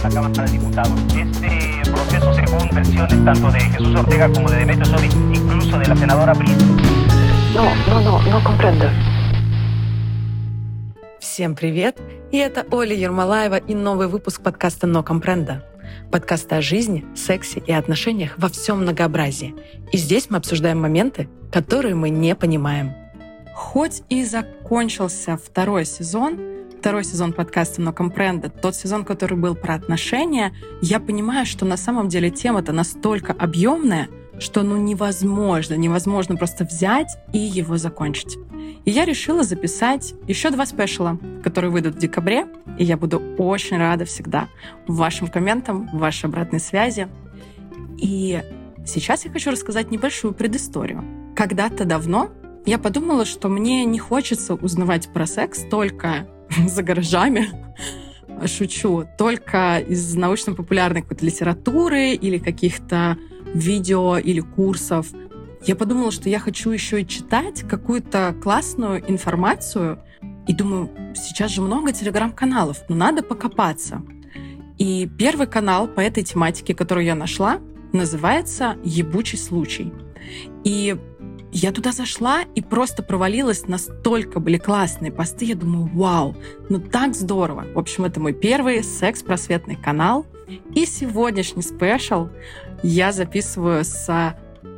la Cámara de Diputados. Este proceso, según versiones tanto de Jesús Ortega como de Demetrio Sodi, incluso de la senadora Briz. No comprendo. Всем привет! И это Оля Ермолаева и новый выпуск подкаста «Но компрендо». Подкаста о жизни, сексе и отношениях во всем многообразии. И здесь мы обсуждаем моменты, которые мы не понимаем. Хоть и закончился второй сезон подкаста «Но компрендо», тот сезон, который был про отношения, я понимаю, что на самом деле тема-то настолько объемная, что невозможно просто взять и его закончить. И я решила записать еще 2 спешала, которые выйдут в декабре, и я буду очень рада всегда вашим комментам, вашей обратной связи. И сейчас я хочу рассказать небольшую предысторию. Когда-то давно я подумала, что мне не хочется узнавать про секс только за гаражами, шучу, только из научно-популярной какой-то литературы или каких-то видео или курсов. Я подумала, что я хочу еще и читать какую-то классную информацию. И думаю, сейчас же много телеграм-каналов, но надо покопаться. И первый канал по этой тематике, который я нашла, называется «Ебучий случай». И я туда зашла и просто провалилась, настолько были классные посты. Я думаю, вау, так здорово. В общем, это мой первый секс-просветный канал. И сегодняшний спешл я записываю с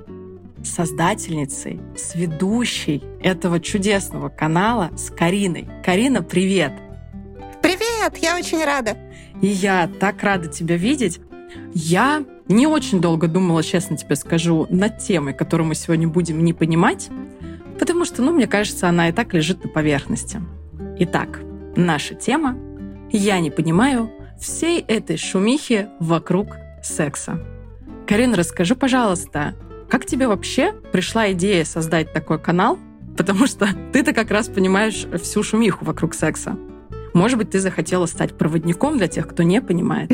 создательницей, с ведущей этого чудесного канала, с Кариной. Карина, привет! Привет! Я очень рада. И я так рада тебя видеть. Я не очень долго думала, честно тебе скажу, над темой, которую мы сегодня будем не понимать, потому что, мне кажется, она и так лежит на поверхности. Итак, наша тема «Я не понимаю всей этой шумихи вокруг секса». Карина, расскажи, пожалуйста, как тебе вообще пришла идея создать такой канал? Потому что ты-то как раз понимаешь всю шумиху вокруг секса. Может быть, ты захотела стать проводником для тех, кто не понимает?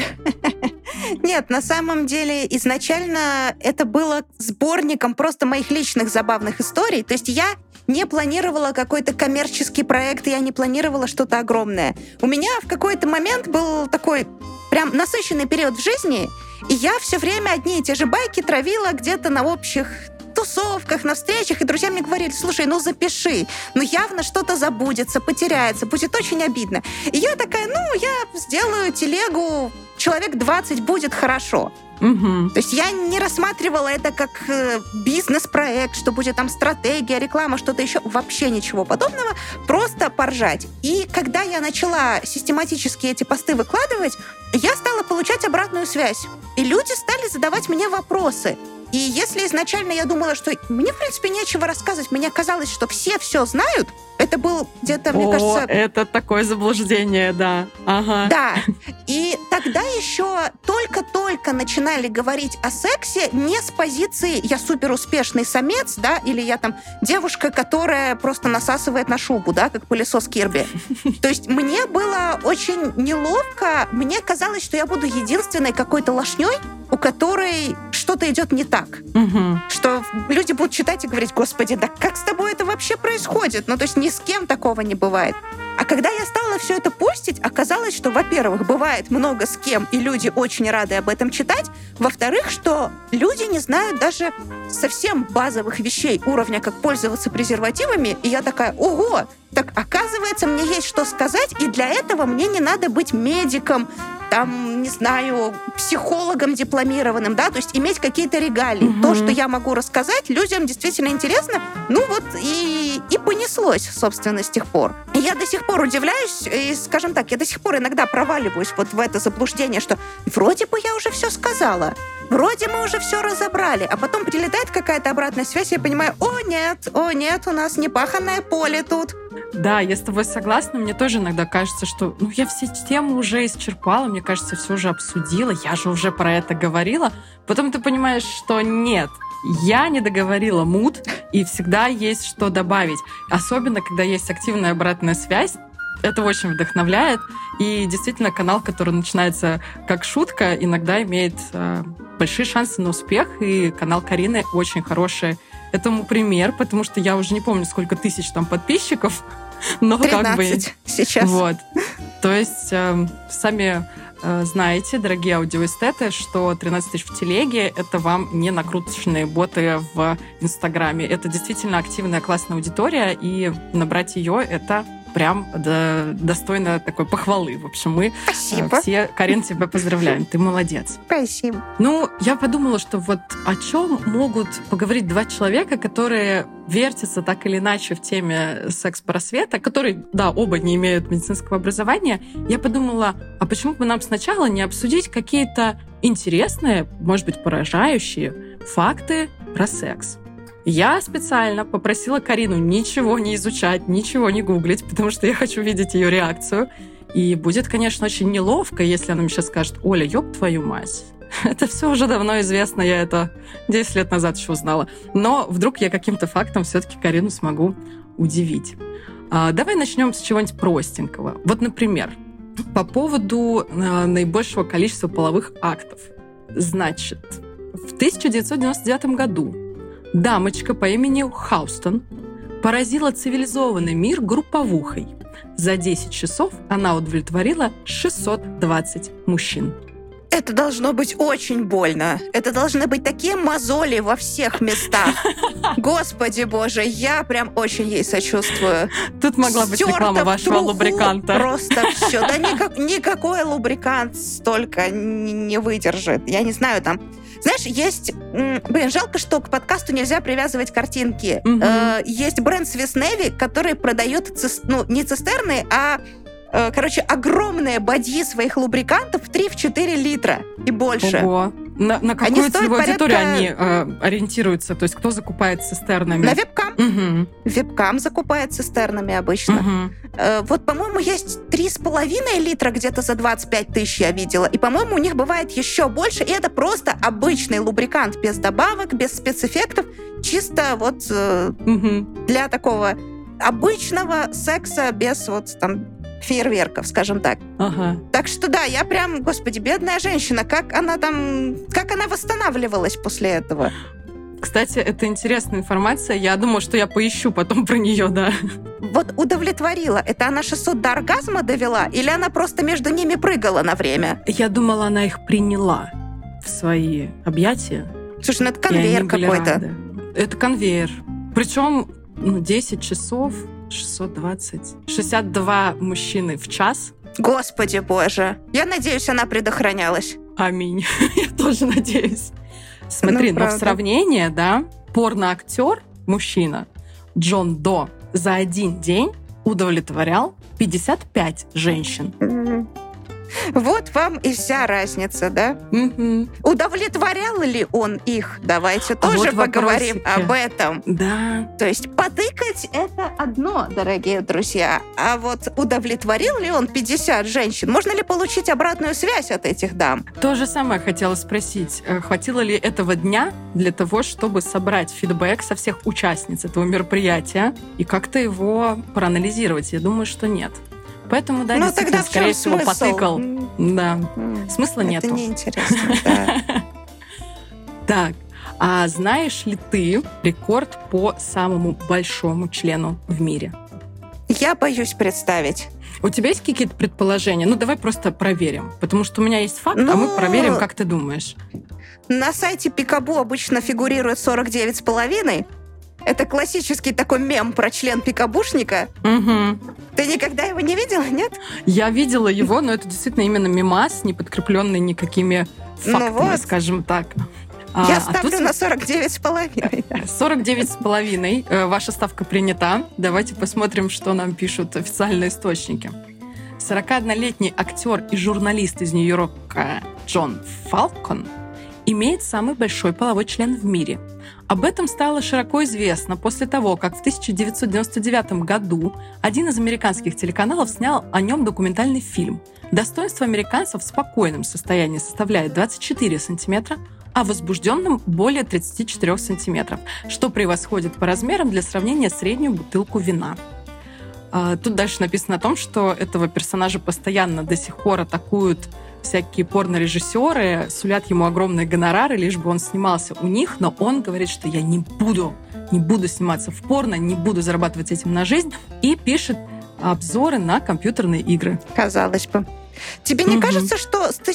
Нет, на самом деле изначально это было сборником просто моих личных забавных историй. То есть я не планировала какой-то коммерческий проект, я не планировала что-то огромное. У меня в какой-то момент был такой прям насыщенный период в жизни, и я все время одни и те же байки травила где-то на общих тусовках, на встречах, и друзья мне говорили, слушай, запиши, явно что-то забудется, потеряется, будет очень обидно. И я такая, я сделаю телегу, человек 20 будет хорошо. Угу. То есть я не рассматривала это как бизнес-проект, что будет там стратегия, реклама, что-то еще. Вообще ничего подобного. Просто поржать. И когда я начала систематически эти посты выкладывать, я стала получать обратную связь. И люди стали задавать мне вопросы. И если изначально я думала, что мне, в принципе, нечего рассказывать, мне казалось, что все знают, это был где-то, мне кажется... это такое заблуждение, да. Ага. Да. И тогда еще только-только начинали говорить о сексе не с позиции «я суперуспешный самец», да, или «я там девушка, которая просто насасывает на шубу», да, как пылесос Кирби. То есть мне было очень неловко, мне казалось, что я буду единственной какой-то лошней, у которой что-то идет не так. Угу. Что люди будут читать и говорить, господи, да как с тобой это вообще происходит? То есть ни с кем такого не бывает. А когда я стала все это постить, оказалось, что, во-первых, бывает много с кем, и люди очень рады об этом читать. Во-вторых, что люди не знают даже совсем базовых вещей уровня, как пользоваться презервативами. И я такая, ого, так оказывается, мне есть что сказать, и для этого мне не надо быть медиком, не знаю, психологом дипломированным, да, то есть иметь какие-то регалии. Угу. То, что я могу рассказать, людям действительно интересно, и понеслось, собственно, с тех пор. И я до сих пор удивляюсь, и, скажем так, я до сих пор иногда проваливаюсь в это заблуждение, что вроде бы я уже все сказала, вроде мы уже все разобрали, а потом прилетает какая-то обратная связь, и я понимаю, о нет, у нас непаханное поле тут. Да, я с тобой согласна. Мне тоже иногда кажется, что я все темы уже исчерпала, мне кажется, все уже обсудила, я же уже про это говорила. Потом ты понимаешь, что нет, я не договорила мут, и всегда есть что добавить. Особенно, когда есть активная обратная связь, это очень вдохновляет. И действительно, канал, который начинается как шутка, иногда имеет большие шансы на успех. И канал Карины очень хороший этому пример, потому что я уже не помню, сколько тысяч там подписчиков, но 13 как бы... сейчас. Вот. То есть сами знаете, дорогие аудиоэстеты, что 13 тысяч в телеге — это вам не накруточные боты в Инстаграме. Это действительно активная, классная аудитория, и набрать ее — это прям достойно такой похвалы. В общем, мы все, Карин, тебя поздравляем. Ты молодец. Спасибо. Ну, я подумала, что вот о чем могут поговорить два человека, которые вертятся так или иначе в теме секс-просвета, которые, да, оба не имеют медицинского образования. Я подумала, а почему бы нам сначала не обсудить какие-то интересные, может быть, поражающие факты про секс? Я специально попросила Карину ничего не изучать, ничего не гуглить, потому что я хочу видеть ее реакцию. И будет, конечно, очень неловко, если она мне сейчас скажет: «Оля, ёб твою мать». Это все уже давно известно, я это 10 лет назад еще узнала. Но вдруг я каким-то фактом все-таки Карину смогу удивить. Давай начнем с чего-нибудь простенького. Вот, например, по поводу наибольшего количества половых актов. Значит, в 1999 году дамочка по имени Хаустон поразила цивилизованный мир групповухой. За 10 часов она удовлетворила 620 мужчин. Это должно быть очень больно. Это должны быть такие мозоли во всех местах. Господи боже, я прям очень ей сочувствую. Тут могла быть реклама вашего лубриканта. Просто все. Да никакой лубрикант столько не выдержит. Я не знаю, там... Знаешь, есть... жалко, что к подкасту нельзя привязывать картинки. Есть бренд Swiss Navy, который продает не цистерны, а огромные бадьи своих лубрикантов в 3-4 литра и больше. Ого. На какую целевую аудиторию они ориентируются? То есть кто закупает цистернами? На вебкам. Вебкам закупает цистернами обычно. Вот, по-моему, есть 3,5 литра где-то за 25 тысяч я видела. И, по-моему, у них бывает еще больше. И это просто обычный лубрикант, без добавок, без спецэффектов. Чисто вот для такого обычного секса без вот там фейерверков, скажем так. Так что да, я прям, господи, бедная женщина, как она восстанавливалась после этого? Кстати, это интересная информация. Я думаю, что я поищу потом про нее, да. Вот удовлетворила. Это она 600 до оргазма довела, или она просто между ними прыгала на время? Я думала, она их приняла в свои объятия. Слушай, ну это конвейер какой-то. Это конвейер. Причем 10 часов... 620. 62 мужчины в час. Господи боже. Я надеюсь, она предохранялась. Аминь. Я тоже надеюсь. Смотри, но в сравнение, да, порноактер, мужчина, Джон До, за один день удовлетворял 55 женщин. Вот вам и вся разница, да? Удовлетворял ли он их? Давайте тоже поговорим об этом. Да. То есть потыкать — это одно, дорогие друзья. А вот удовлетворил ли он 50 женщин? Можно ли получить обратную связь от этих дам? То же самое хотела спросить. Хватило ли этого дня для того, чтобы собрать фидбэк со всех участниц этого мероприятия и как-то его проанализировать? Я думаю, что нет. Поэтому, да, действительно, скорее всего, потыкал. Да. Смысла нету. Это неинтересно, да. Так, а знаешь ли ты рекорд по самому большому члену в мире? Я боюсь представить. У тебя есть какие-то предположения? Ну, давай просто проверим. Потому что у меня есть факт, а мы проверим, как ты думаешь. На сайте Пикабу обычно фигурирует 49,5. Это классический такой мем про член пикабушника. Ты никогда его не видела, нет? Я видела его, но это действительно именно мемас, не подкрепленный никакими фактами, скажем так. Я ставлю на 49,5. 49,5. Ваша ставка принята. Давайте посмотрим, что нам пишут официальные источники. 41-летний актер и журналист из Нью-Йорка Джон Фалкон имеет самый большой половой член в мире. Об этом стало широко известно после того, как в 1999 году один из американских телеканалов снял о нем документальный фильм. Достоинство американцев в спокойном состоянии составляет 24 сантиметра, а возбужденным более 34 сантиметров, что превосходит по размерам для сравнения среднюю бутылку вина. Тут дальше написано о том, что этого персонажа постоянно до сих пор атакуют всякие порнорежиссеры, сулят ему огромные гонорары, лишь бы он снимался у них, но он говорит, что я не буду сниматься в порно, не буду зарабатывать этим на жизнь, и пишет обзоры на компьютерные игры. Казалось бы. Тебе не кажется, что с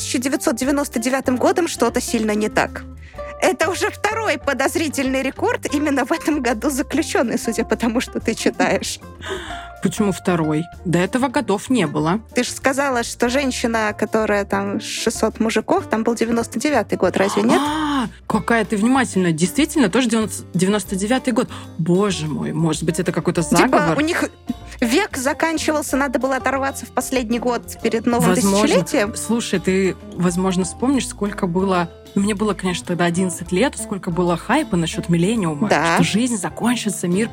1999 годом что-то сильно не так? Это уже второй подозрительный рекорд именно в этом году заключенный, судя по тому, что ты читаешь. Почему второй? До этого годов не было. Ты же сказала, что женщина, которая там 600 мужиков, там был 99-й год, разве нет? Какая ты внимательная. Действительно, тоже 99-й год. Боже мой, может быть, это какой-то заговор? Типа у них век заканчивался, надо было оторваться в последний год перед новым тысячелетием. Слушай, ты, возможно, вспомнишь, сколько было... Мне было, конечно, тогда 11 лет, сколько было хайпа насчет миллениума, да. Что жизнь закончится, мир...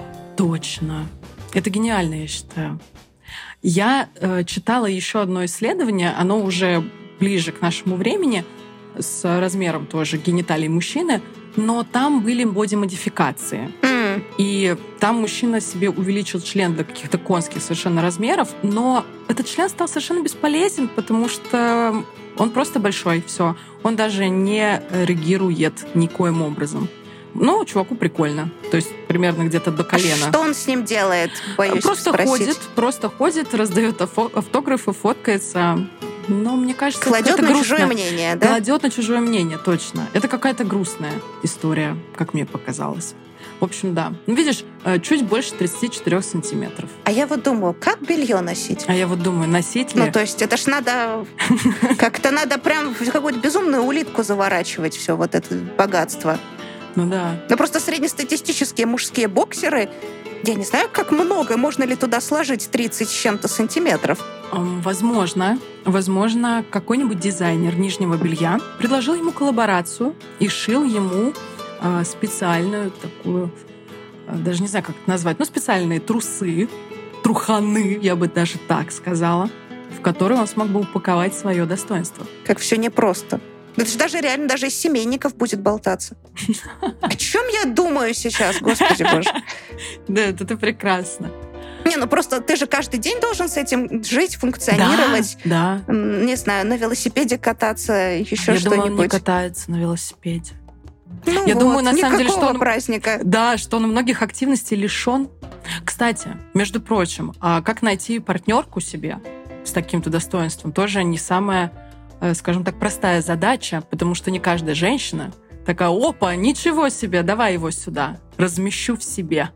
Точно. Это гениально, я считаю. Я читала еще одно исследование, оно уже ближе к нашему времени, с размером тоже гениталий мужчины, но там были боди-модификации. И там мужчина себе увеличил член до каких-то конских совершенно размеров, но этот член стал совершенно бесполезен, потому что он просто большой, все. Он даже не реагирует никоим образом. Ну, чуваку прикольно. То есть примерно где-то до колена. А что он с ним делает, боюсь спросить? Просто ходит, раздает автографы, фоткается. Но мне кажется, кладет на грустно. Чужое мнение, да? Кладет на чужое мнение, точно. Это какая-то грустная история, как мне показалось. В общем, да. Ну, видишь, чуть больше 34 сантиметров. А я вот думаю, как белье носить? А я вот думаю, носить ли? Ну, то есть это ж надо... Как-то надо прям в какую-то безумную улитку заворачивать все вот это богатство. Ну да. Ну просто среднестатистические мужские боксеры, я не знаю, как много, можно ли туда сложить 30 с чем-то сантиметров. Возможно, какой-нибудь дизайнер нижнего белья предложил ему коллаборацию и шил ему специальную такую, даже не знаю, как это назвать, но специальные трусы, труханы, я бы даже так сказала, в которые он смог бы упаковать свое достоинство. Как все непросто. Это же даже реально даже из семейников будет болтаться. О чем я думаю сейчас, Господи Боже? Да, это прекрасно. Не, ну просто ты же каждый день должен с этим жить, функционировать. Да. Не знаю, на велосипеде кататься, еще что-нибудь. Я думаю, он не катается на велосипеде. Ну я думаю, на самом деле, что он праздника. Да, что он многих активностей лишен. Кстати, между прочим, как найти партнерку себе с таким-то достоинством, тоже не самая, скажем так, простая задача, потому что не каждая женщина такая: опа, ничего себе, давай его сюда, размещу в себе.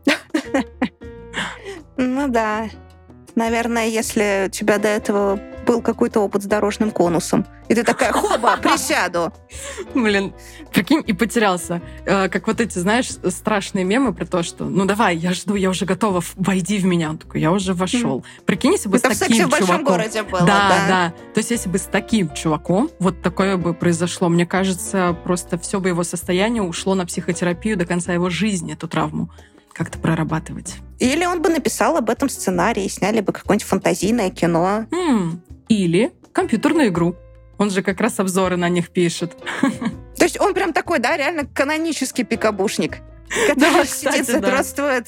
Ну да. Наверное, если у тебя до этого был какой-то опыт с дорожным конусом, и ты такая: хоба, присяду. Блин, прикинь, и потерялся. Как вот эти, знаешь, страшные мемы про то, что ну давай, я жду, я уже готова, войди в меня. Он такой: я уже вошел. Прикинь, если бы это с таким чуваком... в большом городе было, да. То есть если бы с таким чуваком вот такое бы произошло, мне кажется, просто все бы его состояние ушло на психотерапию до конца его жизни, эту травму как-то прорабатывать. Или он бы написал об этом сценарий, и сняли бы какое-нибудь фантазийное кино. Или компьютерную игру. Он же как раз обзоры на них пишет. То есть он прям такой, да, реально канонический пикабушник, который сидит, содротствует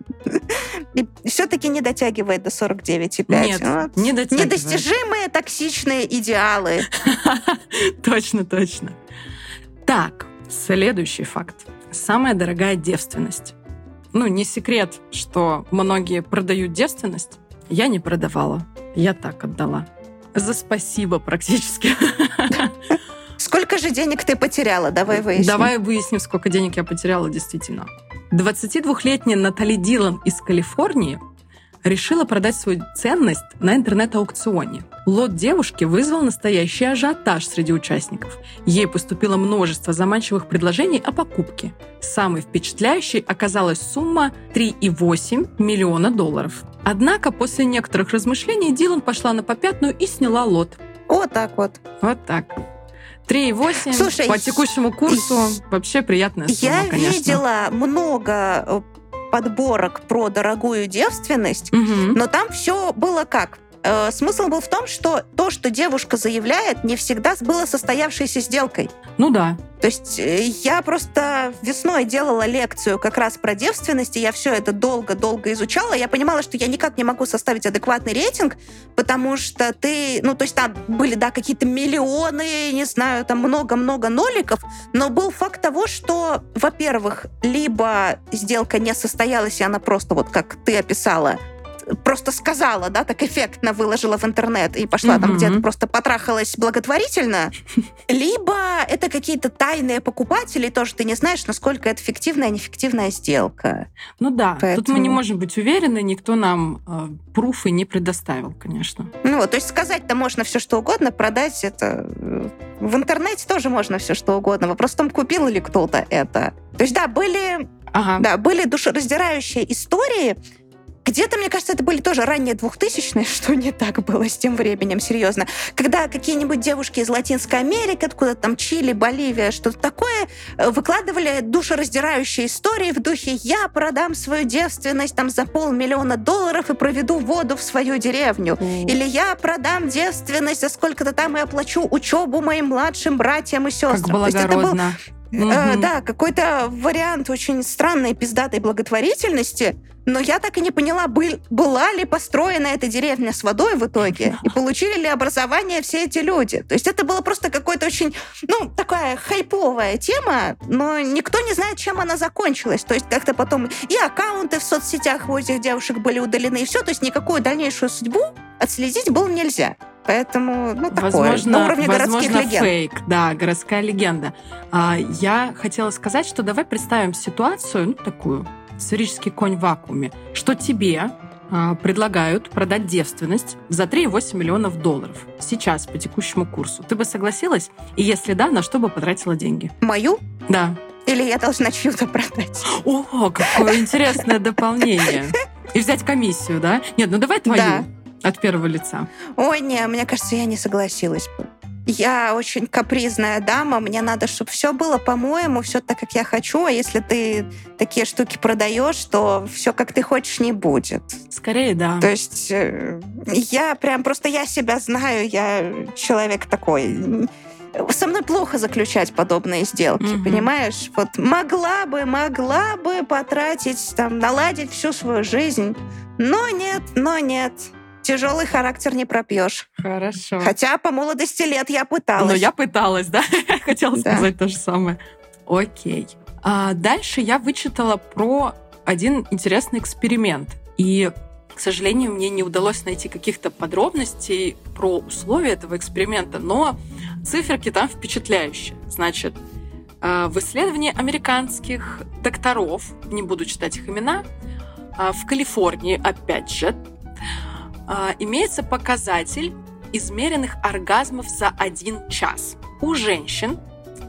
и все-таки не дотягивает до 49,5. Нет, не дотягивает. Недостижимые токсичные идеалы. Точно. Так, следующий факт. Самая дорогая девственность. Ну, не секрет, что многие продают девственность. Я не продавала. Я так отдала. За спасибо практически. Сколько же денег ты потеряла? Давай выясним. Давай выясним, сколько денег я потеряла действительно. 22-летняя Натали Дилан из Калифорнии решила продать свою ценность на интернет-аукционе. Лот девушки вызвал настоящий ажиотаж среди участников. Ей поступило множество заманчивых предложений о покупке. Самой впечатляющей оказалась сумма $3,8 миллиона. Однако после некоторых размышлений Дилан пошла на попятную и сняла лот. Вот так вот. Вот так. 3,8 Слушай, по текущему курсу вообще приятная сумма, конечно. Я видела много подборок про дорогую девственность, но там все было как? Смысл был в том, что то, что девушка заявляет, не всегда было состоявшейся сделкой. Ну да. То есть я просто весной делала лекцию как раз про девственность, и я все это долго-долго изучала. Я понимала, что я никак не могу составить адекватный рейтинг, потому что ну, то есть там были, да, какие-то миллионы, не знаю, там много-много ноликов, но был факт того, что, во-первых, либо сделка не состоялась, и она просто, вот как ты описала, просто сказала, да, так эффектно выложила в интернет и пошла там где-то просто потрахалась благотворительно, либо это какие-то тайные покупатели, тоже ты не знаешь, насколько это фиктивная, неэффективная сделка. Ну да, Поэтому... тут мы не можем быть уверены, никто нам пруфы не предоставил, конечно. Ну вот, то есть сказать-то можно все что угодно, продать это... В интернете тоже можно все что угодно. Вопрос в том, купил ли кто-то это. То есть, да, были душераздирающие истории. Где-то, мне кажется, это были тоже ранние 2000-е, что не так было с тем временем, серьезно. Когда какие-нибудь девушки из Латинской Америки, откуда-то там Чили, Боливия, что-то такое, выкладывали душераздирающие истории в духе «я продам свою девственность там за $500 000 и проведу воду в свою деревню». Или «я продам девственность за сколько-то там и оплачу учебу моим младшим братьям и сестрам». Как благородно. Да, какой-то вариант очень странной пиздатой благотворительности, но я так и не поняла, была ли построена эта деревня с водой в итоге, и получили ли образование все эти люди. То есть это было просто какой-то очень, такая хайповая тема, но никто не знает, чем она закончилась. То есть как-то потом и аккаунты в соцсетях у этих девушек были удалены, и все, то есть никакую дальнейшую судьбу отследить было нельзя. Поэтому, такое, на уровне городских легенд. Фейк, да, городская легенда. Я хотела сказать, что давай представим ситуацию, такую, сферический конь в вакууме, что тебе предлагают продать девственность за $3,8 миллиона сейчас по текущему курсу. Ты бы согласилась? И если да, на что бы потратила деньги? Мою? Да. Или я должна чью-то продать? О, какое интересное дополнение. И взять комиссию, да? Нет, давай твою. Да. От первого лица. Ой, не, мне кажется, я не согласилась бы. Я очень капризная дама, мне надо, чтобы все было по-моему, все так, как я хочу, а если ты такие штуки продаешь, то все, как ты хочешь, не будет. Скорее, да. То есть я себя знаю, я человек такой... Со мной плохо заключать подобные сделки, понимаешь? Вот могла бы потратить, наладить всю свою жизнь, но нет. Тяжелый характер не пропьешь. Хорошо. Хотя по молодости лет я пыталась. Но я пыталась, да? Хотела сказать то же самое. Окей. Дальше я вычитала про один интересный эксперимент. И, к сожалению, мне не удалось найти каких-то подробностей про условия этого эксперимента, но циферки там впечатляющие. Значит, в исследовании американских докторов, не буду читать их имена, в Калифорнии, опять же, имеется показатель измеренных оргазмов за 1 час. У женщин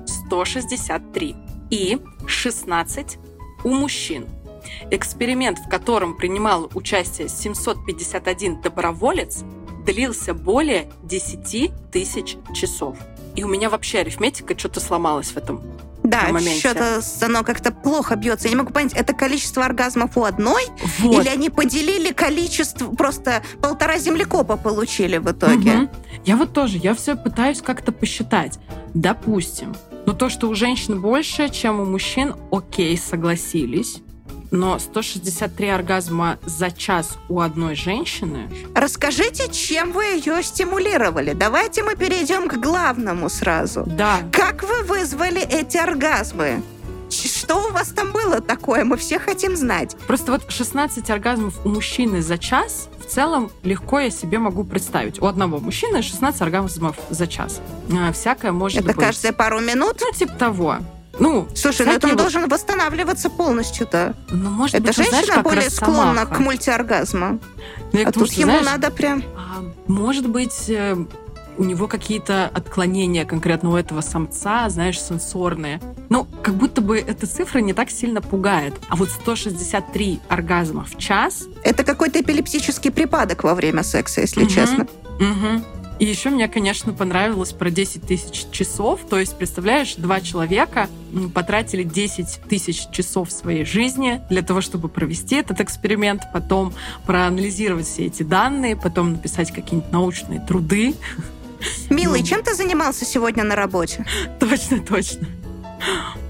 163 и 16 у мужчин. Эксперимент, в котором принимал участие 751 доброволец, длился более 10 тысяч часов. И у меня вообще арифметика что-то сломалась в этом моменте. Что-то оно как-то плохо бьется. Я не могу понять, это количество оргазмов у одной? Вот. Или они поделили количество, просто 1,5 землекопа получили в итоге? Я все пытаюсь как-то посчитать. Допустим, то, что у женщин больше, чем у мужчин, окей, согласились. Но 163 оргазма за час у одной женщины... Расскажите, чем вы ее стимулировали? Давайте мы перейдем к главному сразу. Да. Как вы вызвали эти оргазмы? Что у вас там было такое? Мы все хотим знать. Просто 16 оргазмов у мужчины за час в целом легко я себе могу представить. У одного мужчины 16 оргазмов за час. Всякое может быть. Это каждые пару минут? Типа того. Слушай, это он должен восстанавливаться полностью-то. Может это быть, женщина более склонна к мультиоргазму. Тут ему надо прям... Может быть, у него какие-то отклонения конкретно у этого самца, сенсорные. Как будто бы эта цифра не так сильно пугает. А 163 оргазма в час... Это какой-то эпилептический припадок во время секса, если честно. И еще мне, конечно, понравилось про 10 тысяч часов. То есть, представляешь, 2 человека потратили 10 тысяч часов своей жизни для того, чтобы провести этот эксперимент, потом проанализировать все эти данные, потом написать какие-нибудь научные труды. Милый, чем ты занимался сегодня на работе? Точно.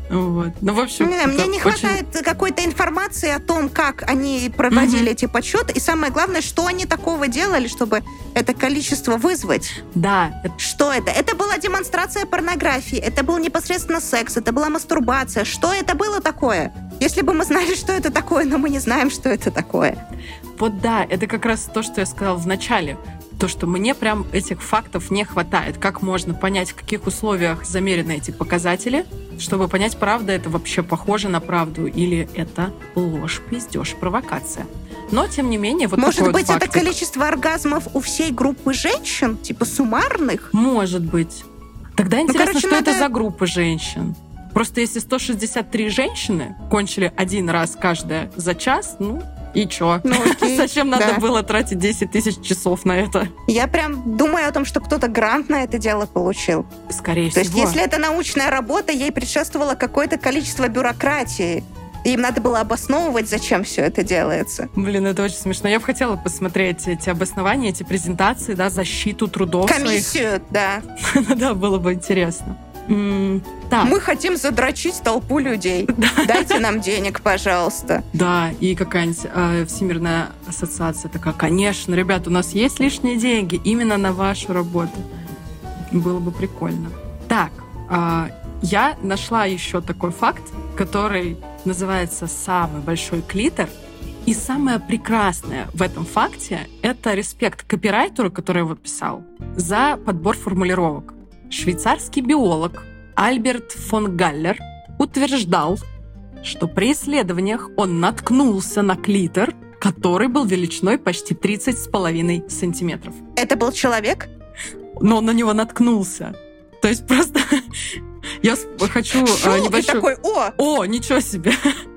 Вот. Ну, в общем, мне не хватает какой-то информации о том, как они проводили эти подсчеты, и самое главное, что они такого делали, чтобы это количество вызвать. Да. Что это? Это была демонстрация порнографии, это был непосредственно секс, это была мастурбация. Что это было такое? Если бы мы знали, что это такое, но мы не знаем, что это такое. Вот да, это как раз то, что я сказала в начале. То, что мне прям этих фактов не хватает. Как можно понять, в каких условиях замерены эти показатели, чтобы понять, правда это вообще похоже на правду или это ложь, пиздеж, провокация. Но, тем не менее, вот может такой быть, вот это фактик. количество оргазмов у всей группы женщин? Типа суммарных? Может быть. Тогда интересно, короче, что надо- это за группа женщин. Просто если 163 женщины кончили один раз каждая за час, ну и чё? Ну, окей, Зачем надо да. было тратить 10 тысяч часов на это? Я прям думаю о том, что кто-то грант на это дело получил. Скорее То есть, всего. если это научная работа, ей предшествовало какое-то количество бюрократии. И им надо было обосновывать, зачем все это делается. Блин, это очень смешно. Я бы хотела посмотреть эти обоснования, эти презентации, да, защиту трудов своих. Комиссию, да. Да, было бы интересно. Так, Мы хотим задрочить толпу людей. Дайте нам денег, пожалуйста. да, и какая-нибудь Всемирная ассоциация такая, конечно, ребят, у нас есть лишние деньги именно на вашу работу. Было бы прикольно. Так, я нашла еще такой факт, который называется «Самый большой клитор». И самое прекрасное в этом факте — это респект копирайтеру, который его писал, за подбор формулировок. Швейцарский биолог Альберт фон Галлер утверждал, что при исследованиях он наткнулся на клитор, который был величиной почти 30,5 сантиметров. Это был человек? Но он на него наткнулся. То есть просто я хочу Шел и небольшую... такой, О, ничего себе!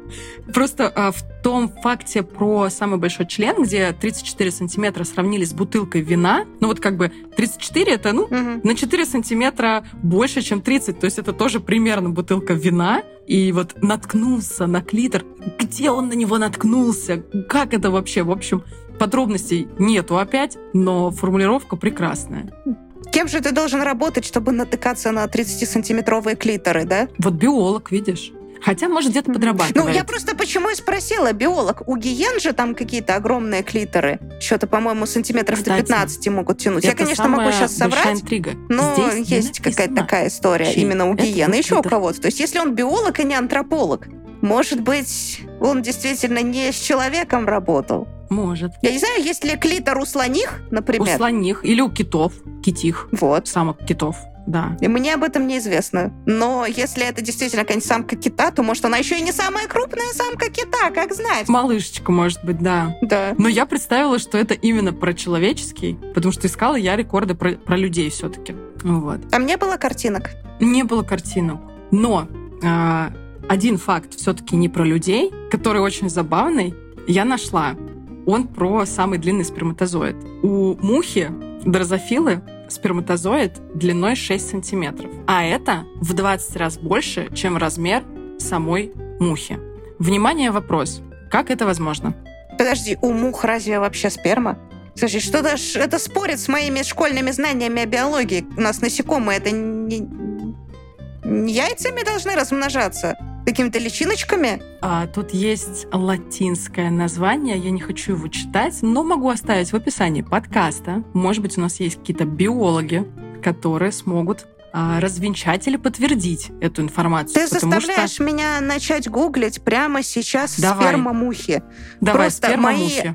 Просто в том факте про самый большой член, где 34 сантиметра сравнились с бутылкой вина, ну вот как бы 34 это, Мгм. на 4 сантиметра больше, чем 30, то есть это тоже примерно бутылка вина, и вот наткнулся на клитор. Где он на него наткнулся? Как это вообще? В общем, подробностей нету опять, но формулировка прекрасная. Кем же ты должен работать, чтобы натыкаться на 30-сантиметровые клиторы, да? Вот биолог, видишь? Хотя, может, где-то подрабатывает. Ну, я просто почему и спросила, биолог, у гиен же там какие-то огромные клиторы, что-то, по-моему, сантиметров до Кстати, 15 могут тянуть. Я, Это конечно, могу самая сейчас большая соврать, интрига. но Здесь не есть какая-то написано, такая история чей именно у это гиен, и еще у клитор. кого-то. То есть если он биолог и не антрополог, может быть, он действительно не с человеком работал. Может. Я не знаю, есть ли клитор у слоних, У например. слоних или у китов, китих, Вот. самок китов, да. И мне об этом неизвестно. Но если это действительно какая-нибудь самка кита, то, может, она еще и не самая крупная самка кита, как знать. Малышечка, может быть, да. Да. Но я представила, что это именно про человеческий, потому что искала я рекорды про людей все-таки. Вот. Там не было картинок? Не было картинок. Но один факт все-таки не про людей, который очень забавный, я нашла. Он про самый длинный сперматозоид. У мухи, дрозофилы, сперматозоид длиной 6 сантиметров. А это в 20 раз больше, чем размер самой мухи. Внимание, вопрос. Как это возможно? Подожди, у мух разве вообще сперма? Слушай, что-то это спорит с моими школьными знаниями о биологии. У нас насекомые это не яйцами должны размножаться? Какими-то личиночками? Тут есть латинское название, я не хочу его читать, но могу оставить в описании подкаста. Может быть, у нас есть какие-то биологи, которые смогут развенчать или подтвердить эту информацию. Ты заставляешь меня начать гуглить прямо сейчас Давай. сперма мухи. Давай, Просто сперма мои мухи.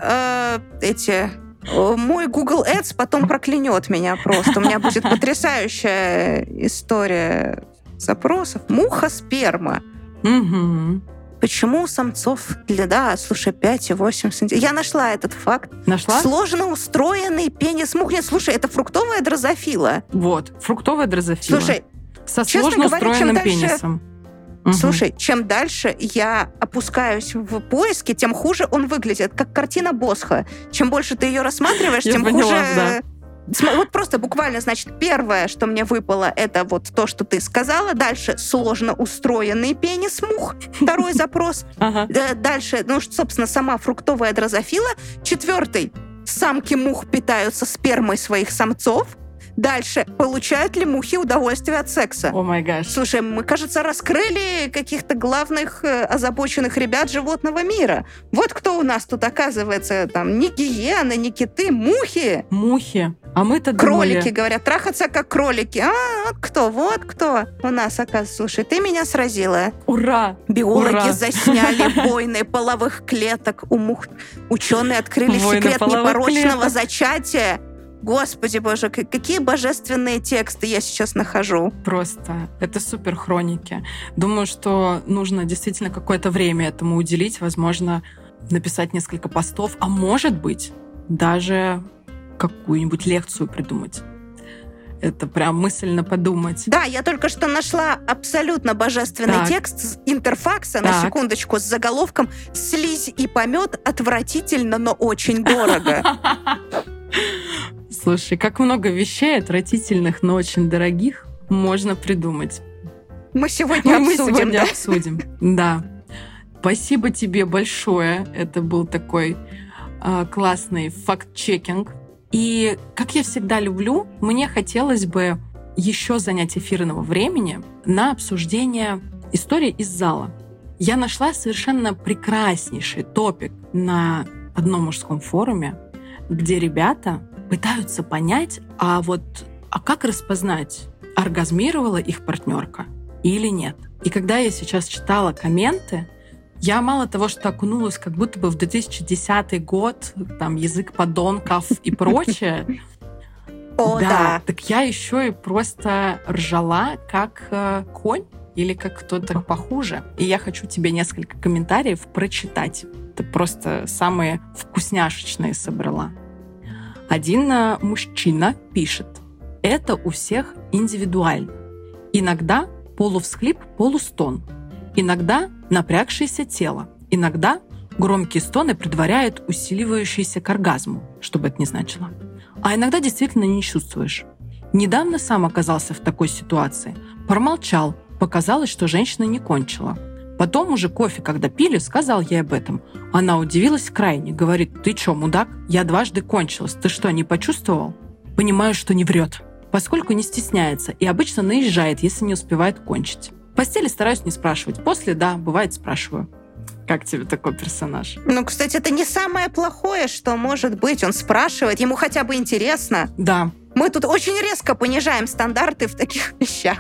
мой Google Ads потом проклянет меня просто. У меня будет потрясающая история запросов. Муха сперма. Угу. Почему у самцов слушай, 5,8 сантиметров. Я нашла этот факт. Нашла? Сложно устроенный пенис мух. Нет, слушай, это фруктовая дрозофила. Вот, фруктовая дрозофила. Слушай, со честно сложно говоря, чем устроенным дальше- пенисом. Мгм. Слушай, чем дальше я опускаюсь в поиске, тем хуже он выглядит, как картина Босха. Чем больше ты ее рассматриваешь, Я тем поняла, хуже... да. Вот просто буквально, значит, первое, что мне выпало, это вот то, что ты сказала. Дальше сложно устроенный пенис мух. Второй запрос. Ага. Дальше, собственно, сама фруктовая дрозофила. Четвертый. Самки мух питаются спермой своих самцов. Дальше. Получают ли мухи удовольствие от секса? О май гаш. Слушай, мы, кажется, раскрыли каких-то главных озабоченных ребят животного мира. Вот кто у нас тут оказывается, там, не гиены, не киты, мухи. Мухи. А мы-то Кролики, думали... говорят, трахаться как кролики. Вот кто у нас оказывается. Слушай, ты меня сразила. Ура! Биологи Ура! засняли войны половых клеток у мух. Ученые открыли Войны секрет половых непорочного клеток. зачатия. Господи боже, какие божественные тексты я сейчас нахожу. Просто. Это супер хроники. Думаю, что нужно действительно какое-то время этому уделить. Возможно, написать несколько постов. А может быть, даже какую-нибудь лекцию придумать. Это прям мысленно подумать. Да, я только что нашла абсолютно божественный Так. текст с интерфакса, на Так. секундочку, с заголовком «Слизь и помет отвратительно, но очень дорого». Слушай, как много вещей отвратительных, но очень дорогих можно придумать. Мы сегодня Мы обсудим, сегодня да? обсудим. Да. Спасибо тебе большое. Это был такой классный факт-чекинг. И, как я всегда люблю, мне хотелось бы еще занять эфирного времени на обсуждение истории из зала. Я нашла совершенно прекраснейший топик на одном мужском форуме, где ребята пытаются понять, а как распознать, оргазмировала их партнерка или нет. И когда я сейчас читала комменты, я мало того, что окунулась как будто бы в 2010 год, там язык подонков и прочее. О, да. Так я еще и просто ржала как конь или как кто-то похуже. И я хочу тебе несколько комментариев прочитать. Это просто самые вкусняшечные собрала. Один мужчина пишет: это у всех индивидуально. Иногда полувсхлип, полустон. Иногда напрягшееся тело. Иногда громкие стоны предваряют усиливающийся к оргазму, что бы это ни значило. А иногда действительно не чувствуешь. Недавно сам оказался в такой ситуации. Промолчал. Показалось, что женщина не кончила. Потом уже кофе, когда пили, сказал ей об этом. Она удивилась крайне. Говорит: ты чё, мудак? Я дважды кончилась. Ты что, не почувствовал? Понимаю, что не врет. Поскольку не стесняется и обычно наезжает, если не успевает кончить. В постели стараюсь не спрашивать. После, да, бывает, спрашиваю. Как тебе такой персонаж? Ну, кстати, это не самое плохое, что может быть. Он спрашивает, ему хотя бы интересно. Да. Мы тут очень резко понижаем стандарты в таких вещах.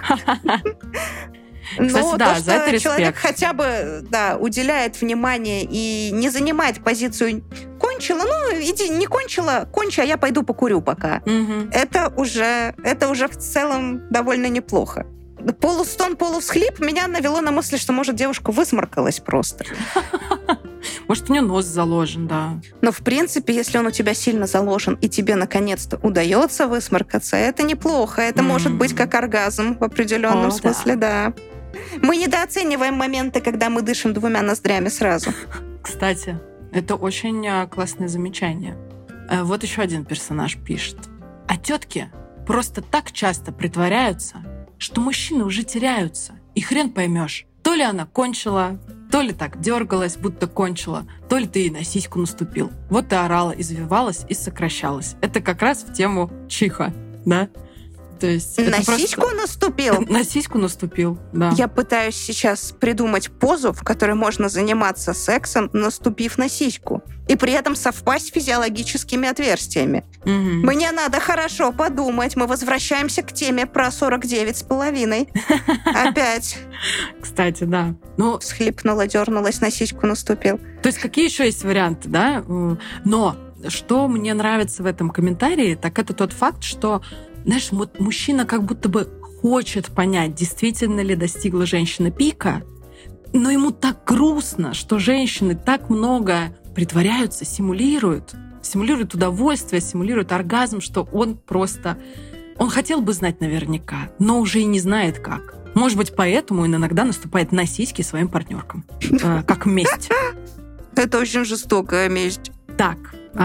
Кстати, Но да, то, за это что человек респект. хотя бы уделяет внимание и не занимает позицию «кончила», иди, не кончила, кончи, а я пойду покурю пока. Мгм. Это уже в целом довольно неплохо. Полустон, полувсхлип меня навело на мысль, что, может, девушка высморкалась просто. Может, у нее нос заложен, да. Но, в принципе, если он у тебя сильно заложен, и тебе наконец-то удается высморкаться, это неплохо. Это может быть как оргазм в определенном О, смысле, да. Мы недооцениваем моменты, когда мы дышим двумя ноздрями сразу. Кстати, это очень классное замечание. Вот еще один персонаж пишет. А тетки просто так часто притворяются, что мужчины уже теряются. И хрен поймешь, то ли она кончила, то ли так дергалась, будто кончила, то ли ты ей на сиську наступил. Вот и орала, извивалась и сокращалась. Это как раз в тему чиха, да? То есть это На просто- сиську наступил? На сиську наступил, да. Я пытаюсь сейчас придумать позу, в которой можно заниматься сексом, наступив на сиську, и при этом совпасть с физиологическими отверстиями. Мгм. Мне надо хорошо подумать. Мы возвращаемся к теме про 49,5. Опять Кстати, да. Ну, всхлипнула, дернулась, на сиську наступил. то есть какие еще есть варианты, да? Но что мне нравится в этом комментарии, так это тот факт, что, знаешь, вот мужчина как будто бы хочет понять, действительно ли достигла женщина пика, но ему так грустно, что женщины так много притворяются, симулируют удовольствие, симулируют оргазм, что он хотел бы знать наверняка, но уже и не знает как. Может быть, поэтому он иногда наступает на сиськи своим партнеркам, как месть. Это очень жестокая месть. Так,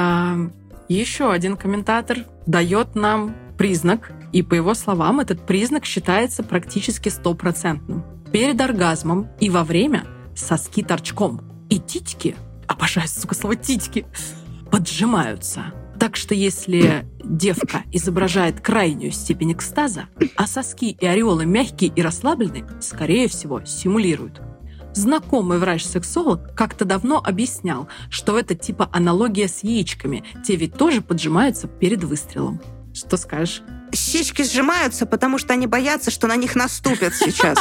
еще один комментатор дает нам признак, и по его словам, этот признак считается практически 100%. Перед оргазмом и во время соски торчком. И титьки, обожаю, сука, слово титьки, поджимаются. Так что если девка изображает крайнюю степень экстаза, а соски и ореолы мягкие и расслабленные, скорее всего, симулируют. Знакомый врач-сексолог как-то давно объяснял, что это типа аналогия с яичками. Те ведь тоже поджимаются перед выстрелом. Что скажешь? Сиськи сжимаются, потому что они боятся, что на них наступят сейчас.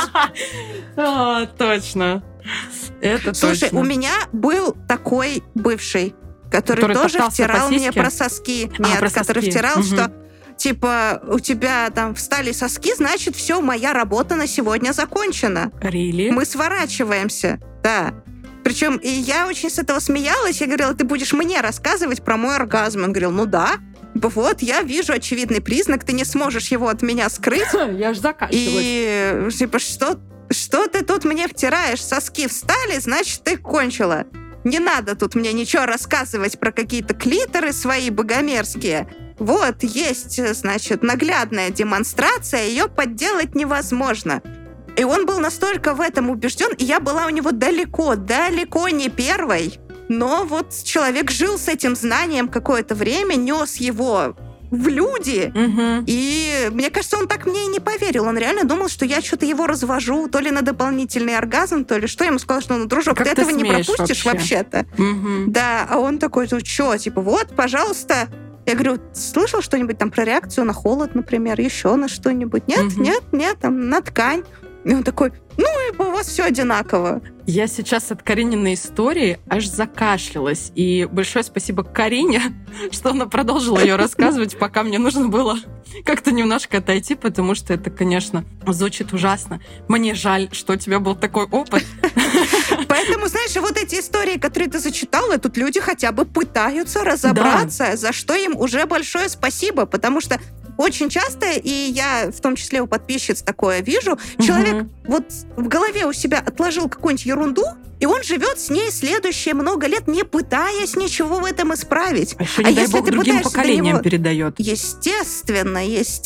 Точно. Это Слушай, точно. у меня был такой бывший, который тоже топтался втирал по мне сиське? про соски. Нет, про который соски. втирал, Мгм. что типа у тебя там встали соски, значит, все, моя работа на сегодня закончена. Really? Мы сворачиваемся. Да. Причем и я очень с этого смеялась. Я говорила, ты будешь мне рассказывать про мой оргазм. Он говорил, ну да. Вот, я вижу очевидный признак, ты не сможешь его от меня скрыть. Я ж закашлялась. И типа, что ты тут мне втираешь? Соски встали, значит, ты кончила. Не надо тут мне ничего рассказывать про какие-то клиторы свои богомерзкие. Вот, есть, значит, наглядная демонстрация, ее подделать невозможно. И он был настолько в этом убежден, и я была у него далеко не первой. Но вот человек жил с этим знанием какое-то время, нес его в люди. Мгм. И мне кажется, он так мне и не поверил. Он реально думал, что я что-то его развожу, то ли на дополнительный оргазм, то ли что. Я ему сказала, что, ну, дружок, Как ты ты этого не смеешь пропустишь вообще? вообще-то. Мгм. Да, а он такой, ну что, типа, вот, пожалуйста. Я говорю, слышал что-нибудь там про реакцию на холод, например, еще на что-нибудь? Нет, Мгм. нет, там, на ткань. И он такой, ну, и у вас все одинаково. Я сейчас от Карининой истории аж закашлялась. И большое спасибо Карине, что она продолжила ее рассказывать, пока мне нужно было как-то немножко отойти, потому что это, конечно, звучит ужасно. Мне жаль, что у тебя был такой опыт. Поэтому, знаешь, вот эти истории, которые ты зачитала, тут люди хотя бы пытаются разобраться, за что им уже большое спасибо, потому что очень часто, и я в том числе у подписчиц такое вижу, человек вот в голове у себя отложил какую-нибудь ерунду, и он живет с ней следующие много лет, не пытаясь ничего в этом исправить. А еще, не дай если бог, ты другим пытаешься до поколениям него- передает. Естественно,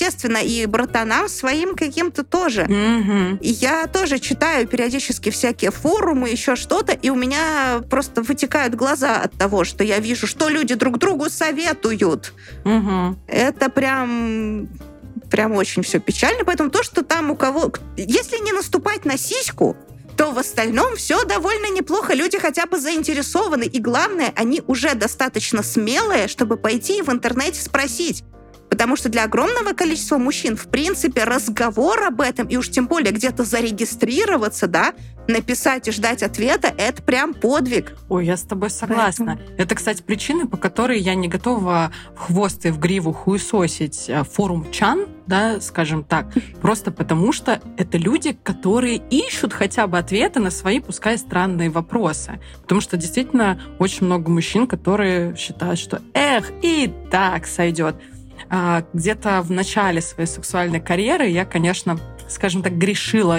и братанам своим каким-то тоже. Мгм. И я тоже читаю периодически всякие форумы, еще что-то, и у меня просто вытекают глаза от того, что я вижу, что люди друг другу советуют. Мгм. Это прям очень все печально. Поэтому то, что там у кого... Если не наступать на сиську, то в остальном все довольно неплохо. Люди хотя бы заинтересованы. И главное, они уже достаточно смелые, чтобы пойти и в интернете спросить. Потому что для огромного количества мужчин, в принципе, разговор об этом, и уж тем более где-то зарегистрироваться, да, написать и ждать ответа, это прям подвиг. Ой, я с тобой согласна. Это, кстати, причина, по которой я не готова в хвост и в гриву хуесосить форум Чан, да, скажем так, просто потому что это люди, которые ищут хотя бы ответы на свои, пускай странные вопросы. Потому что действительно очень много мужчин, которые считают, что и так сойдет. Где-то в начале своей сексуальной карьеры я, конечно, скажем так, грешила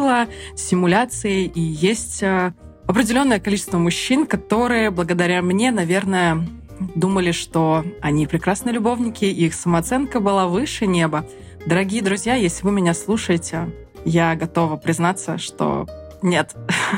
симуляцией, и есть определенное количество мужчин, которые благодаря мне, наверное, думали, что они прекрасные любовники, и их самооценка была выше неба. Дорогие друзья, если вы меня слушаете, я готова признаться, что нет.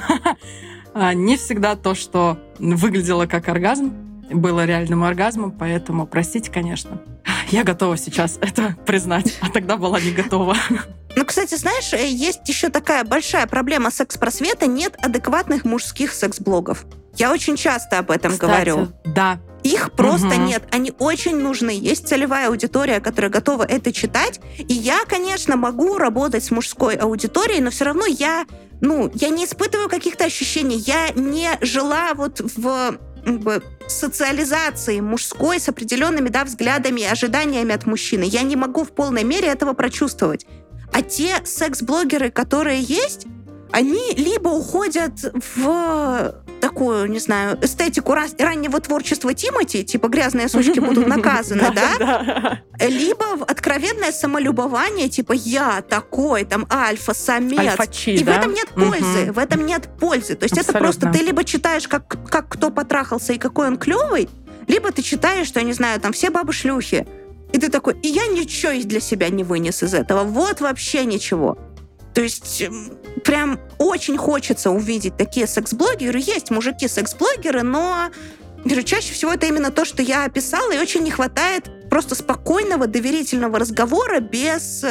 Не всегда то, что выглядело как оргазм, было реальным оргазмом, поэтому простите, конечно. Я готова сейчас это признать, а тогда была не готова. Ну, кстати, знаешь, есть еще такая большая проблема секс-просвета. Нет адекватных мужских секс-блогов. Я очень часто об этом говорю. Да. Их просто Мгм. нет. Они очень нужны. Есть целевая аудитория, которая готова это читать. И я, конечно, могу работать с мужской аудиторией, но все равно я не испытываю каких-то ощущений. Я не жила вот в социализации мужской с определенными, да, взглядами и ожиданиями от мужчины. Я не могу в полной мере этого прочувствовать. А те секс-блогеры, которые есть, они либо уходят в такую, не знаю, эстетику раннего творчества Тимати, типа «грязные сучки будут наказаны», да? Либо в откровенное самолюбование, типа «я такой, там, альфа-самец». Альфачи, И да? в этом нет пользы, в этом нет пользы. То есть это Абсолютно. просто ты либо читаешь, как кто потрахался и какой он клевый, либо ты читаешь, что, я не знаю, там все бабы шлюхи. И ты такой, и я ничего для себя не вынес из этого. Вот вообще ничего. То есть прям очень хочется увидеть такие секс-блогеры. Есть мужики-секс-блогеры, но говорю, чаще всего это именно то, что я описала, и очень не хватает просто спокойного, доверительного разговора без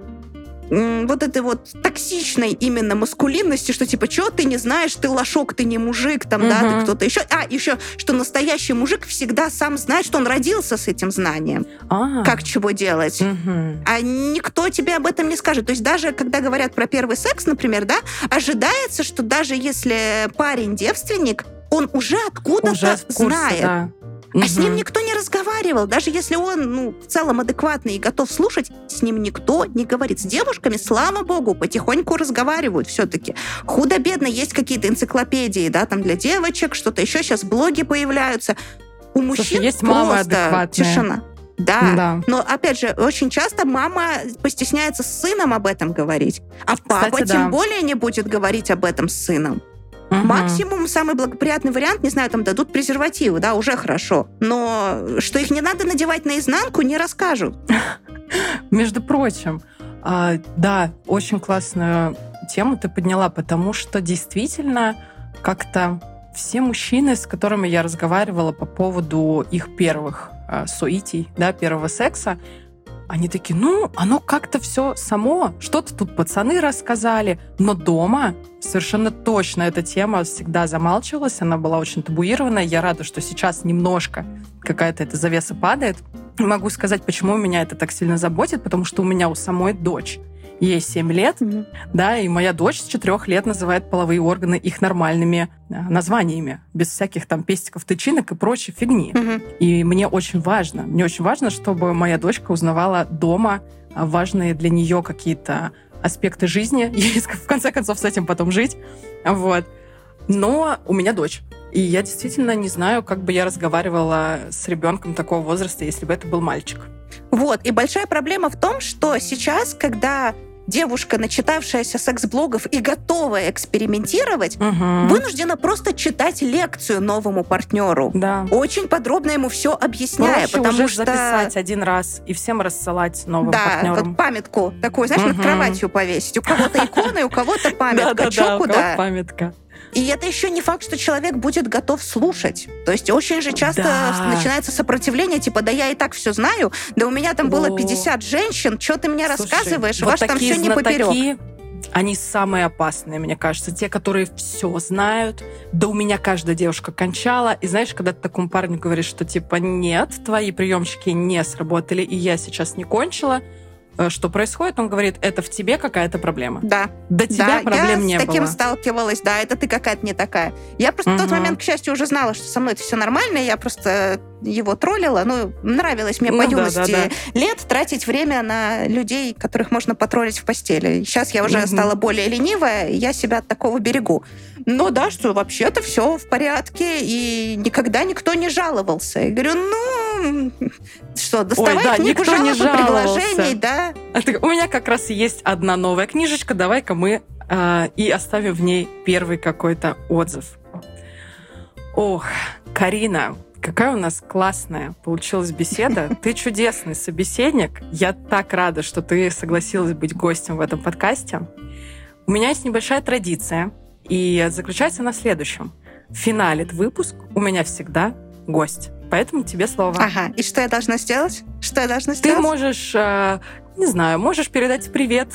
вот этой вот токсичной именно маскулинности, что типа, чё ты не знаешь, ты лошок, ты не мужик, там, да, ты кто-то еще. Еще, что настоящий мужик всегда сам знает, что он родился с этим знанием. Как чего делать. А никто тебе об этом не скажет. То есть даже когда говорят про первый секс, например, да, ожидается, что даже если парень девственник, он уже откуда-то знает. Да. А с ним никто не разговаривал. Даже если он, в целом адекватный и готов слушать, с ним никто не говорит. С девушками, слава богу, потихоньку разговаривают все-таки. Худо-бедно есть какие-то энциклопедии, да, там для девочек, что-то еще. Сейчас блоги появляются. У мужчин есть просто мамы адекватные. Тишина. Да. Но, опять же, очень часто мама постесняется с сыном об этом говорить. А папа, кстати, тем более не будет говорить об этом с сыном. Максимум, самый благоприятный вариант, не знаю, там дадут презервативы, да, уже хорошо. Но что их не надо надевать наизнанку, не расскажут. Между прочим, да, очень классную тему ты подняла, потому что действительно как-то все мужчины, с которыми я разговаривала по поводу их первых соитий, да, первого секса, они такие, оно как-то все само, что-то тут пацаны рассказали, но дома совершенно точно эта тема всегда замалчивалась, она была очень табуированная. Я рада, что сейчас немножко какая-то эта завеса падает. Могу сказать, почему меня это так сильно заботит, потому что у меня у самой дочь. Ей 7 лет, да, и моя дочь с 4 лет называет половые органы их нормальными названиями, без всяких там пестиков, тычинок и прочей фигни. И мне очень важно, чтобы моя дочка узнавала дома важные для нее какие-то аспекты жизни, и в конце концов с этим потом жить. Вот. Но у меня дочь. И я действительно не знаю, как бы я разговаривала с ребенком такого возраста, если бы это был мальчик. Вот. И большая проблема в том, что сейчас, когда девушка, начитавшаяся секс-блогов и готовая экспериментировать, вынуждена просто читать лекцию новому партнеру. Да. Очень подробно ему все объясняя. Проще потому уже что записать один раз и всем рассылать новым партнерам. Да, вот памятку такую, знаешь, над кроватью повесить. У кого-то икона, у кого-то памятка. Да, у кого-то памятка. И это еще не факт, что человек будет готов слушать. То есть очень же часто начинается сопротивление, типа, да я и так все знаю, да у меня там было 50 женщин, что ты мне рассказываешь, у вас там все не поперек. Они самые опасные, мне кажется. Те, которые все знают. Да у меня каждая девушка кончала. И знаешь, когда ты такому парню говоришь, что типа нет, твои приемчики не сработали, и я сейчас не кончила, что происходит, он говорит, это в тебе какая-то проблема. Да. До тебя проблем не было. Я с таким сталкивалась, да, это ты какая-то не такая. Я просто в тот момент, к счастью, уже знала, что со мной это все нормально, я просто его троллила. Нравилось мне по юности лет тратить время на людей, которых можно потроллить в постели. Сейчас я уже стала более ленивая, я себя от такого берегу. Но да, что вообще-то все в порядке, и никогда никто не жаловался. Я говорю, что, доставай книгу жалоб и предложений, да? У меня как раз есть одна новая книжечка, давай-ка мы и оставим в ней первый какой-то отзыв. Ох, Карина, какая у нас классная получилась беседа. Ты чудесный собеседник. Я так рада, что ты согласилась быть гостем в этом подкасте. У меня есть небольшая традиция, и заключается она в следующем. Финалит выпуск у меня всегда гость. Поэтому тебе слово. Ага, и что я должна сделать? Ты можешь, не знаю, можешь передать привет.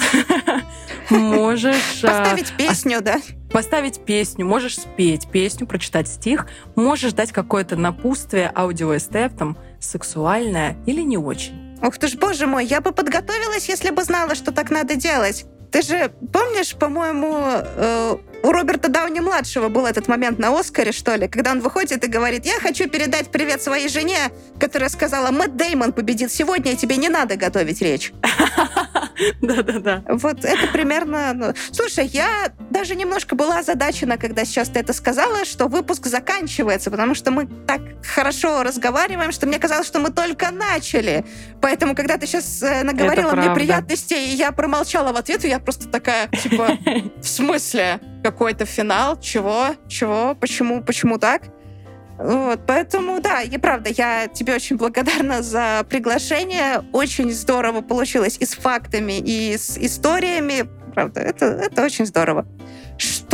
Можешь... Поставить песню, да? Поставить песню, можешь спеть песню, прочитать стих, можешь дать какое-то напутствие, аудиоэстет, там, сексуальное или не очень. Ух ты ж, боже мой, я бы подготовилась, если бы знала, что так надо делать. Ты же помнишь, по-моему, у Роберта Дауни-младшего был этот момент на «Оскаре», что ли, когда он выходит и говорит, я хочу передать привет своей жене, которая сказала, Мэтт Дэймон победит сегодня, и тебе не надо готовить речь. Да-да-да. Вот это примерно... Слушай, я даже немножко была озадачена, когда сейчас ты это сказала, что выпуск заканчивается, потому что мы так хорошо разговариваем, что мне казалось, что мы только начали. Поэтому, когда ты сейчас наговорила мне приятностей, и я промолчала в ответ, и я просто такая, типа, в смысле? Какой-то финал? Чего? Почему так? Вот, поэтому, да, и правда, я тебе очень благодарна за приглашение. Очень здорово получилось и с фактами, и с историями. Правда, это очень здорово. Что по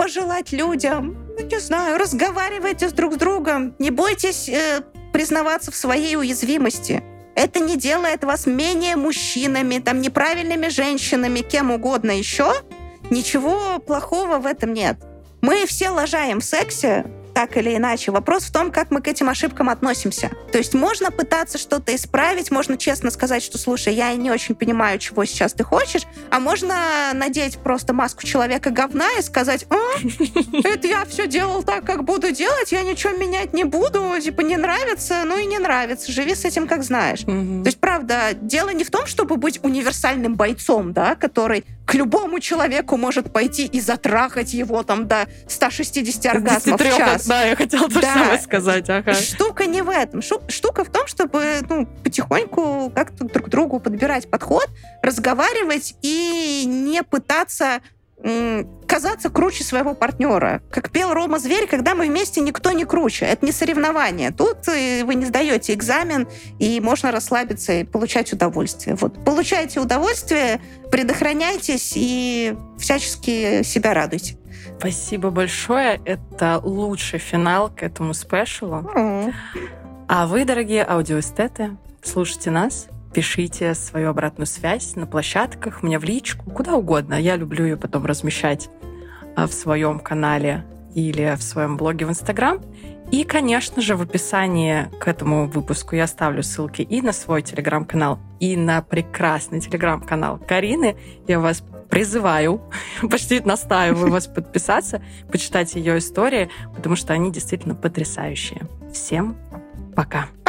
пожелать людям? Не знаю, разговаривайте друг с другом. Не бойтесь признаваться в своей уязвимости. Это не делает вас менее мужчинами, там, неправильными женщинами, кем угодно еще. Ничего плохого в этом нет. Мы все лажаем в сексе, так или иначе. Вопрос в том, как мы к этим ошибкам относимся. То есть можно пытаться что-то исправить, можно честно сказать, что, слушай, я не очень понимаю, чего сейчас ты хочешь, а можно надеть просто маску человека-говна и сказать, это я все делал так, как буду делать, я ничего менять не буду, типа не нравится, ну и не нравится, живи с этим, как знаешь. То есть, правда, дело не в том, чтобы быть универсальным бойцом, да, который к любому человеку может пойти и затрахать его там до 160 оргазмов в час. Да, я хотела то же самое сказать. Ага. Штука не в этом. Штука в том, чтобы потихоньку как-то друг к другу подбирать подход, разговаривать и не пытаться казаться круче своего партнера. Как пел Рома Зверь, когда мы вместе, никто не круче. Это не соревнование. Тут вы не сдаете экзамен, и можно расслабиться и получать удовольствие. Вот. Получайте удовольствие, предохраняйтесь и всячески себя радуйте. Спасибо большое. Это лучший финал к этому спешалу. А вы, дорогие аудиоэстеты, слушайте нас, пишите свою обратную связь на площадках, мне в личку, куда угодно. Я люблю ее потом размещать в своем канале или в своем блоге в Инстаграм. И, конечно же, в описании к этому выпуску я оставлю ссылки и на свой телеграм-канал, и на прекрасный телеграм-канал Карины. Я вас призываю, почти настаиваю вас подписаться, почитать ее истории, потому что они действительно потрясающие. Всем пока!